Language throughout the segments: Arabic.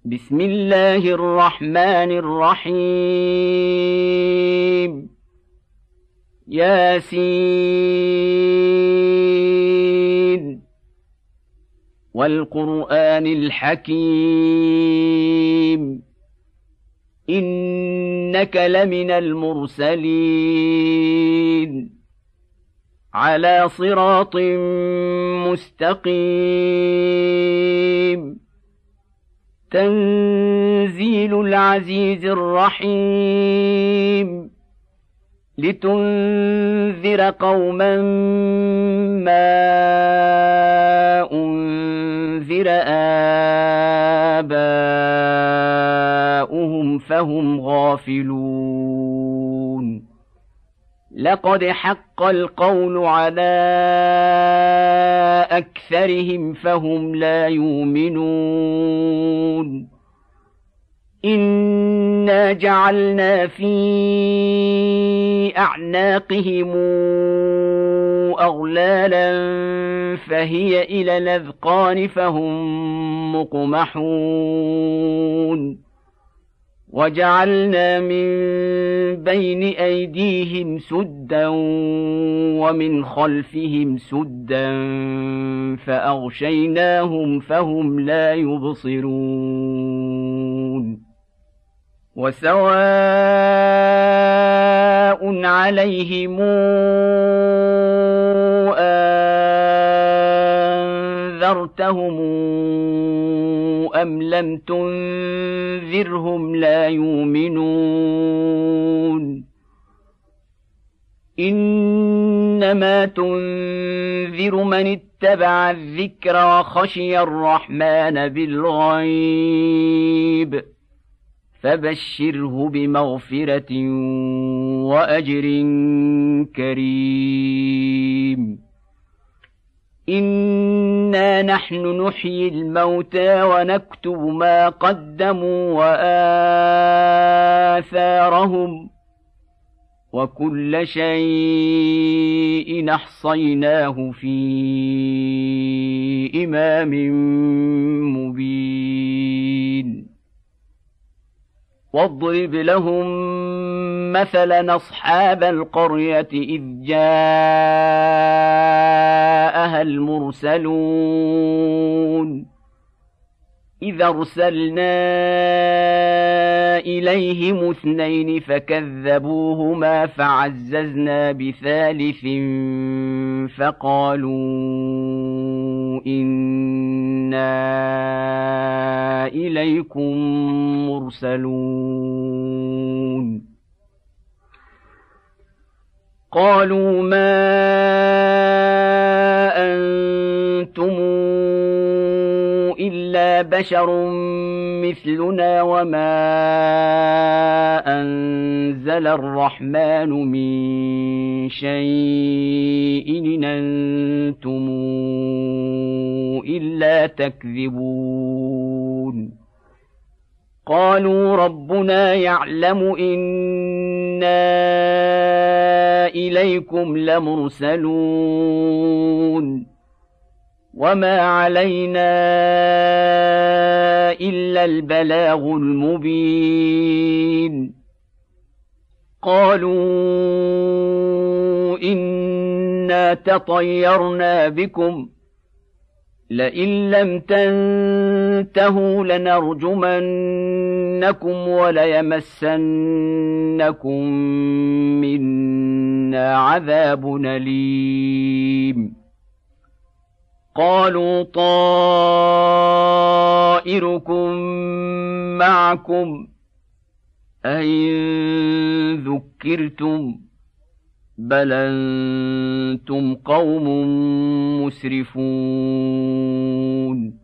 بسم الله الرحمن الرحيم ياسين والقرآن الحكيم إنك لمن المرسلين على صراط مستقيم تنزيل العزيز الرحيم لتنذر قوما ما أنذر آباؤهم فهم غافلون لقد حق القول على أكثرهم فهم لا يؤمنون إنا جعلنا في أعناقهم أغلالا فهي إلى الأذقان فهم مقمحون وجعلنا من بين أيديهم سدا ومن خلفهم سدا فأغشيناهم فهم لا يبصرون وسواء عليهم أنذرتهم أم لم تنذرهم لا يؤمنون إنما تنذر من اتبع الذكر وخشي الرحمن بالغيب فبشره بمغفرة وأجر كريم إنا نحن نحيي الموتى ونكتب ما قدموا وآثارهم وكل شيء أحصيناه في إمام مبين واضرب لهم مثلا أصحاب القرية إذ جاءها المرسلون إذ أرسلنا إليهم 2 فكذبوهما فعززنا بثالث فقالوا إنا إليكم مرسلون قالوا ما أنتم إلا بشر مثلنا وما أنزل الرحمن من شيء إن أنتم إلا تكذبون قالوا ربنا يعلم إنا إليكم لمرسلون وما علينا إلا البلاغ المبين قالوا إنا تطيرنا بكم لئن لم تنتهوا لنرجمنكم وليمسنكم منا عذاب أليم قالوا طائركم معكم أئن ذكرتم بل أنتم قوم مسرفون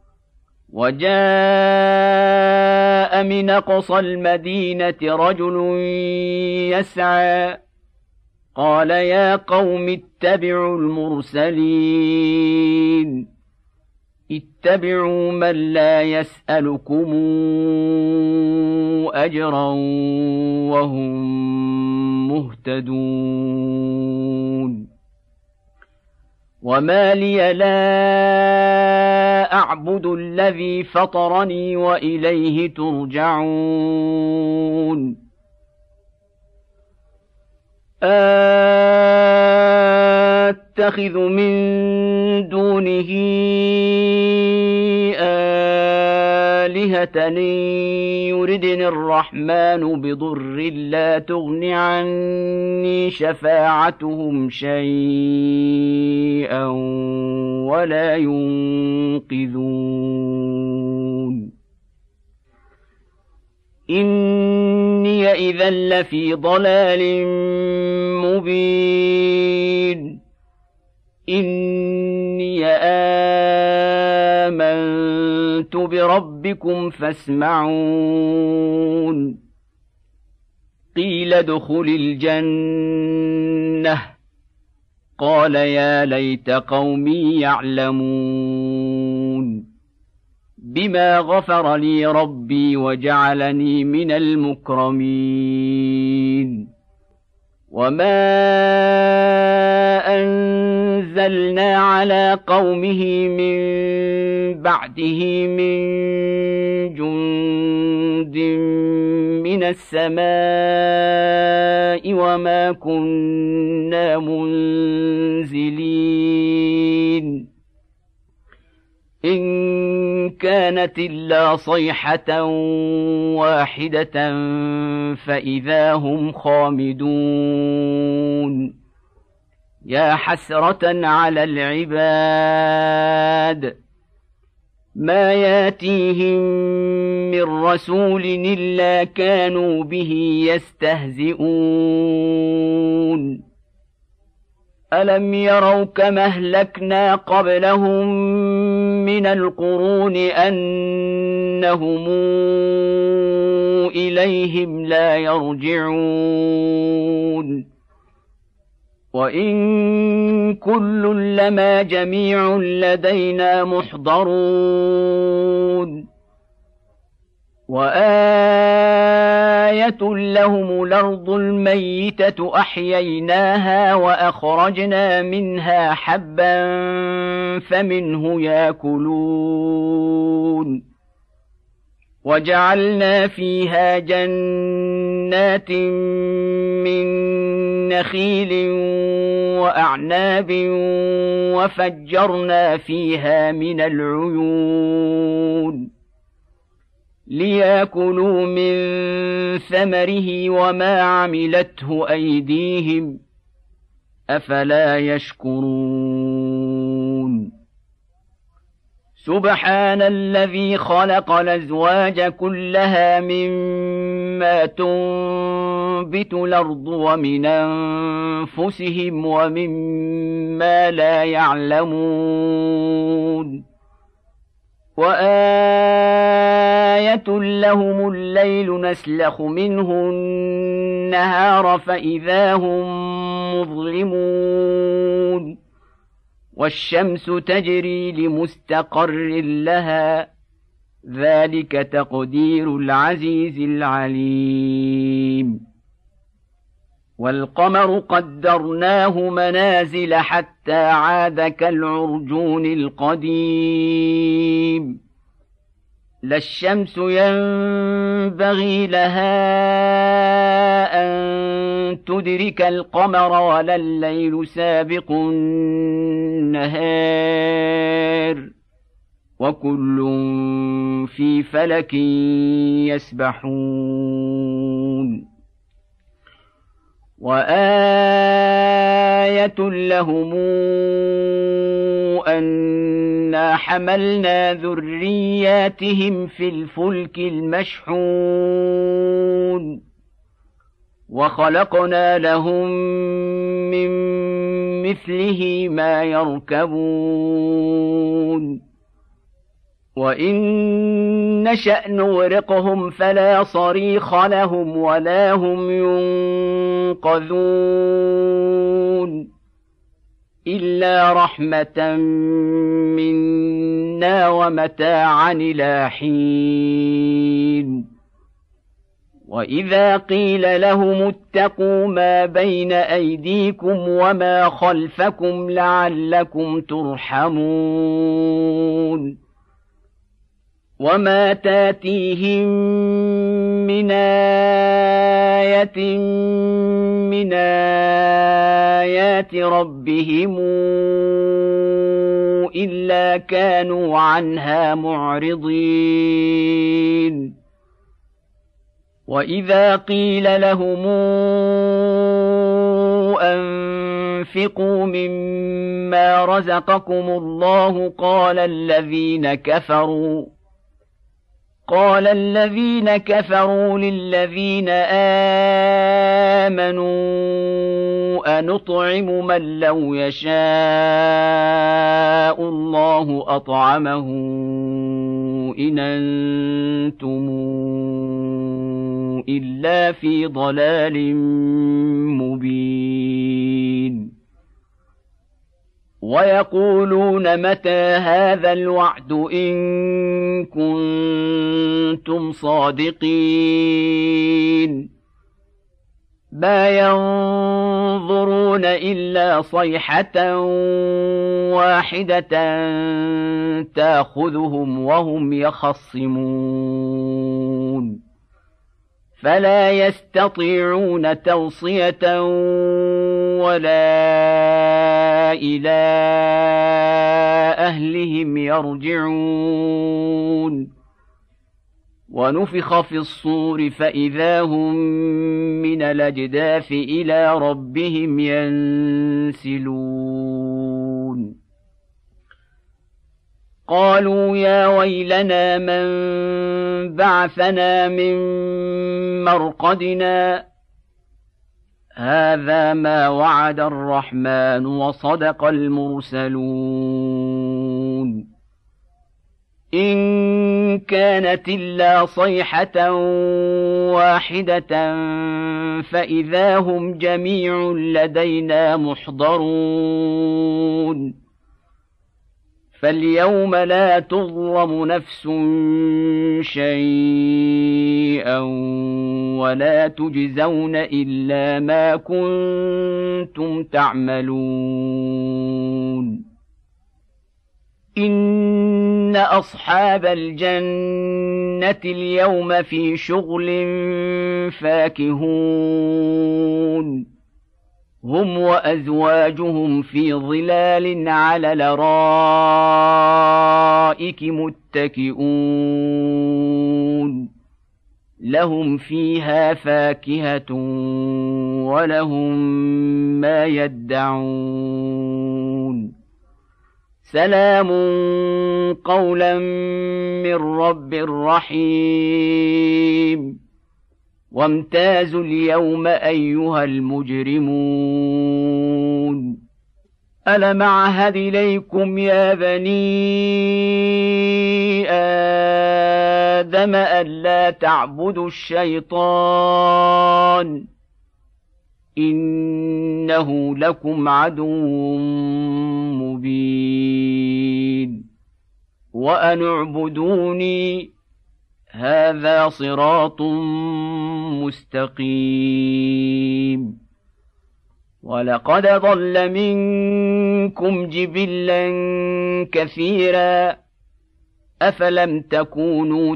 وجاء من أقصى المدينة رجل يسعى قال يا قوم اتبعوا المرسلين اتبعوا من لا يسألكم أجرا وهم مهتدون وما لي لا أعبد الذي فطرني وإليه ترجعون أتخذ من دونه آلهة يردني الرحمن بضر لا تغن عني شفاعتهم شيئا ولا ينقذون إني إذا لفي ضلال مبين إني آمنت بربكم فاسمعون قيل ادخل الجنة قال يا ليت قومي يعلمون بما غفر لي ربي وجعلني من المكرمين وما أنزلنا على قومه من بعده من جند من السماء وما كنا منزلين إن كانت إلا صيحة واحدة فإذا هم خامدون يا حسرة على العباد ما ياتيهم من رسول إلا كانوا به يستهزئون ألم يروا كما أهلكنا قبلهم من القرون أنهم إليهم لا يرجعون وإن كل لما جميع لدينا محضرون وآية لهم الأرض الميتة أحييناها وأخرجنا منها حبا فمنه يأكلون وجعلنا فيها جنات من نخيل وأعناب وفجرنا فيها من العيون ليأكلوا من ثمره وما عملته أيديهم أفلا يشكرون سبحان الذي خلق الأزواج كلها مما تنبت الأرض ومن أنفسهم ومما لا يعلمون وآية لهم الليل نسلخ منه النهار فإذا هم مظلمون والشمس تجري لمستقر لها ذلك تقدير العزيز العليم والقمر قدرناه منازل حتى عاد كالعرجون القديم لا الشمس ينبغي لها أن تدرك القمر ولا الليل سابق النهار وكل في فلك يسبحون وآية لهم أنا حملنا ذرياتهم في الفلك المشحون وخلقنا لهم من مثله ما يركبون وإن نشأ نغرقهم فلا صريخ لهم ولا هم ينقذون إلا رحمة منا ومتاعا إلى حين وإذا قيل لهم اتقوا ما بين أيديكم وما خلفكم لعلكم ترحمون وما تاتيهم من آية من آيات ربهم إلا كانوا عنها معرضين وإذا قيل لهم أنفقوا مما رزقكم الله قال الذين كفروا للذين آمنوا أنطعم من لو يشاء الله أطعمه إن أنتم إلا في ضلال مبين ويقولون متى هذا الوعد إن كنتم صادقين ما ينظرون إلا صيحة واحدة تأخذهم وهم يخصمون فلا يستطيعون توصية ولا إلى أهلهم يرجعون ونفخ في الصور فإذا هم من الأجداث إلى ربهم ينسلون قالوا يا ويلنا من بعثنا من مرقدنا هذا ما وعد الرحمن وصدق المرسلون إن كانت إلا صيحة واحدة فإذا هم جميع لدينا محضرون فاليوم لا تظلم نفس شيئا ولا تجزون إلا ما كنتم تعملون إن أصحاب الجنة اليوم في شغل فاكهون هم وأزواجهم في ظلال على الأرائك متكئون لهم فيها فاكهة ولهم ما يدعون سلام قولا من رب رحيم وامتازوا اليوم أيها المجرمون ألم أعهد إليكم يا بني آدم ألا تعبدوا الشيطان إنه لكم عدو مبين وأن اعبدوني هذا صراط مستقيم ولقد ضل منكم جبلا كثيرا أفلم تكونوا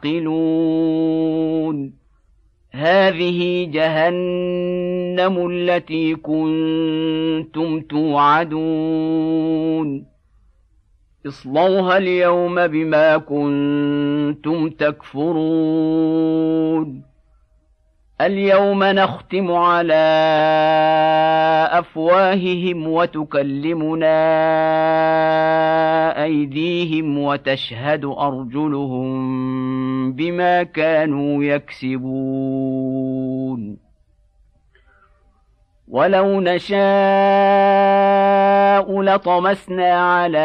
تعقلون هذه جهنم التي كنتم توعدون اصلوها اليوم بما كنتم تكفرون اليوم نختم على أفواههم وتكلمنا أيديهم وتشهد أرجلهم بما كانوا يكسبون ولو نشاء لطمسنا على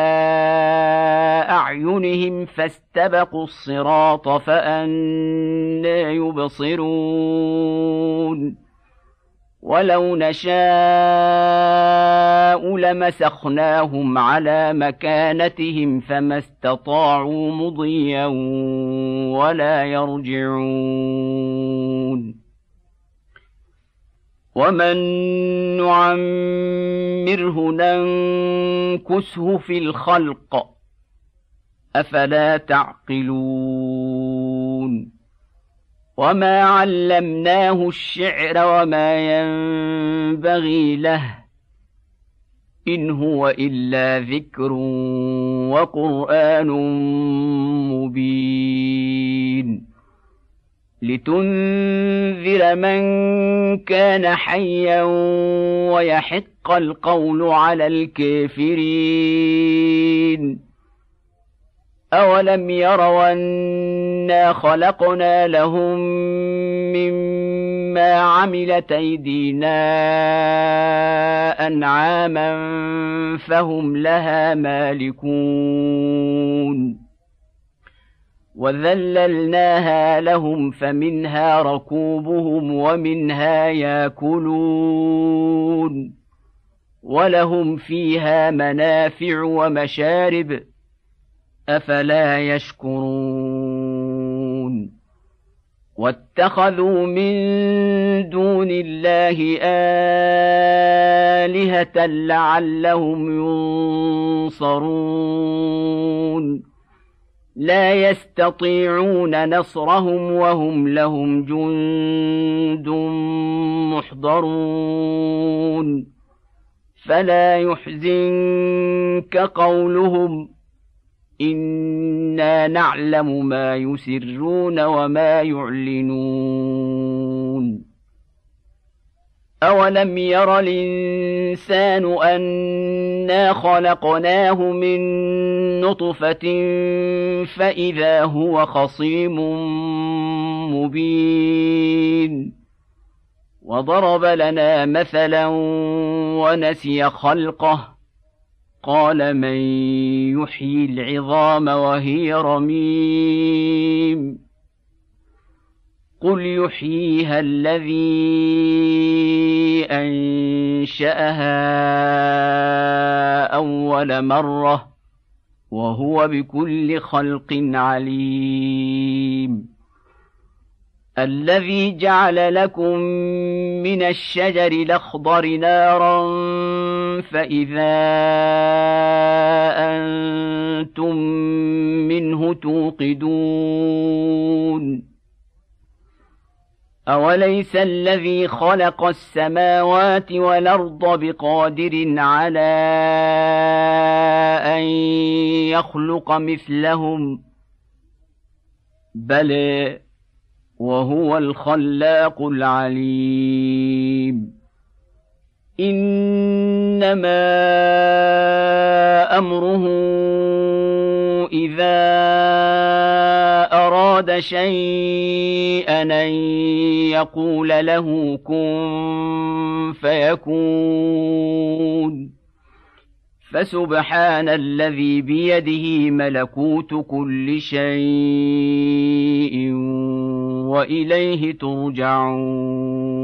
أعينهم فاستبقوا الصراط فأنى يبصرون ولو نشاء لمسخناهم على مكانتهم فما استطاعوا مضيا ولا يرجعون ومن نعمره ننكسه في الخلق أفلا تعقلون وما علمناه الشعر وما ينبغي له إن هو إلا ذكر وقرآن مبين لتنذر من كان حيا ويحق القول على الكافرين أولم يروا أنا خلقنا لهم مما عملت أيدينا أنعاما فهم لها مالكون وذللناها لهم فمنها ركوبهم ومنها ياكلون ولهم فيها منافع ومشارب أفلا يشكرون واتخذوا من دون الله آلهة لعلهم ينصرون لا يستطيعون نصرهم وهم لهم جند محضرون فلا يحزنك قولهم إنا نعلم ما يسرون وما يعلنون أولم ير الإنسان أنا خلقناه من نطفة فإذا هو خصيم مبين وضرب لنا مثلا ونسي خلقه قال من يحيي العظام وهي رميم قل يحييها الذي أنشأها أول مرة وهو بكل خلق عليم الذي جعل لكم من الشجر الأخضر نارا فإذا أنتم منه توقدون أوليس الذي خلق السماوات والأرض بقادر على أن يخلق مثلهم بلى وهو الخلاق العليم إنما أمره إذا أراد شيئا أن يقول له كن فيكون فسبحان الذي بيده ملكوت كل شيء وإليه ترجعون